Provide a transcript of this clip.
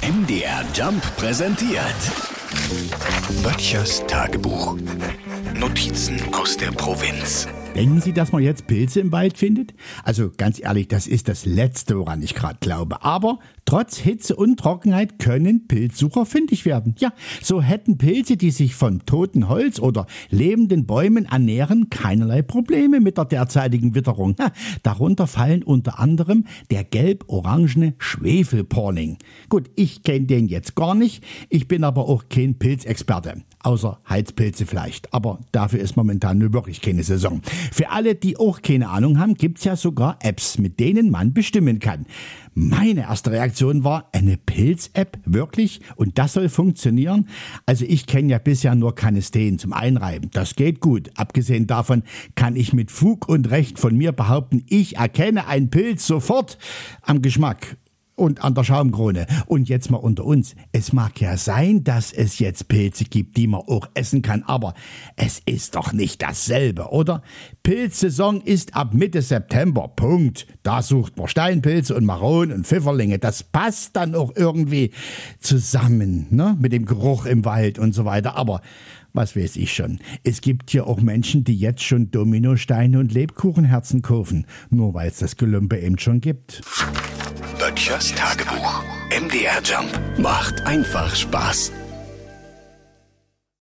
MDR Jump präsentiert Böttchers Tagebuch. Notizen aus der Provinz. Denken Sie, dass man jetzt Pilze im Wald findet? Also ganz ehrlich, das ist das Letzte, woran ich gerade glaube. Aber trotz Hitze und Trockenheit können Pilzsucher fündig werden. Ja, so hätten Pilze, die sich von totem Holz oder lebenden Bäumen ernähren, keinerlei Probleme mit der derzeitigen Witterung. Darunter fallen unter anderem der gelb-orangene Schwefelporling. Gut, ich kenne den jetzt gar nicht. Ich bin aber auch kein Pilzexperte. Außer Heizpilze vielleicht. Aber dafür ist momentan nur wirklich keine Saison. Für alle, die auch keine Ahnung haben, gibt's ja sogar Apps, mit denen man bestimmen kann. Meine erste Reaktion war, eine Pilz-App? Wirklich? Und das soll funktionieren? Also ich kenne ja bisher nur Kanisteen zum Einreiben. Das geht gut. Abgesehen davon kann ich mit Fug und Recht von mir behaupten, ich erkenne einen Pilz sofort am Geschmack. Und an der Schaumkrone. Und jetzt mal unter uns. Es mag ja sein, dass es jetzt Pilze gibt, die man auch essen kann, aber es ist doch nicht dasselbe, oder? Pilzsaison ist ab Mitte September. Punkt. Da sucht man Steinpilze und Maronen und Pfifferlinge. Das passt dann auch irgendwie zusammen, ne? Mit dem Geruch im Wald und so weiter. Aber was weiß ich schon. Es gibt hier auch Menschen, die jetzt schon Dominosteine und Lebkuchenherzen kaufen. Nur weil es das Gelümpe eben schon gibt. Böttchers Tagebuch. MDR Jump macht einfach Spaß.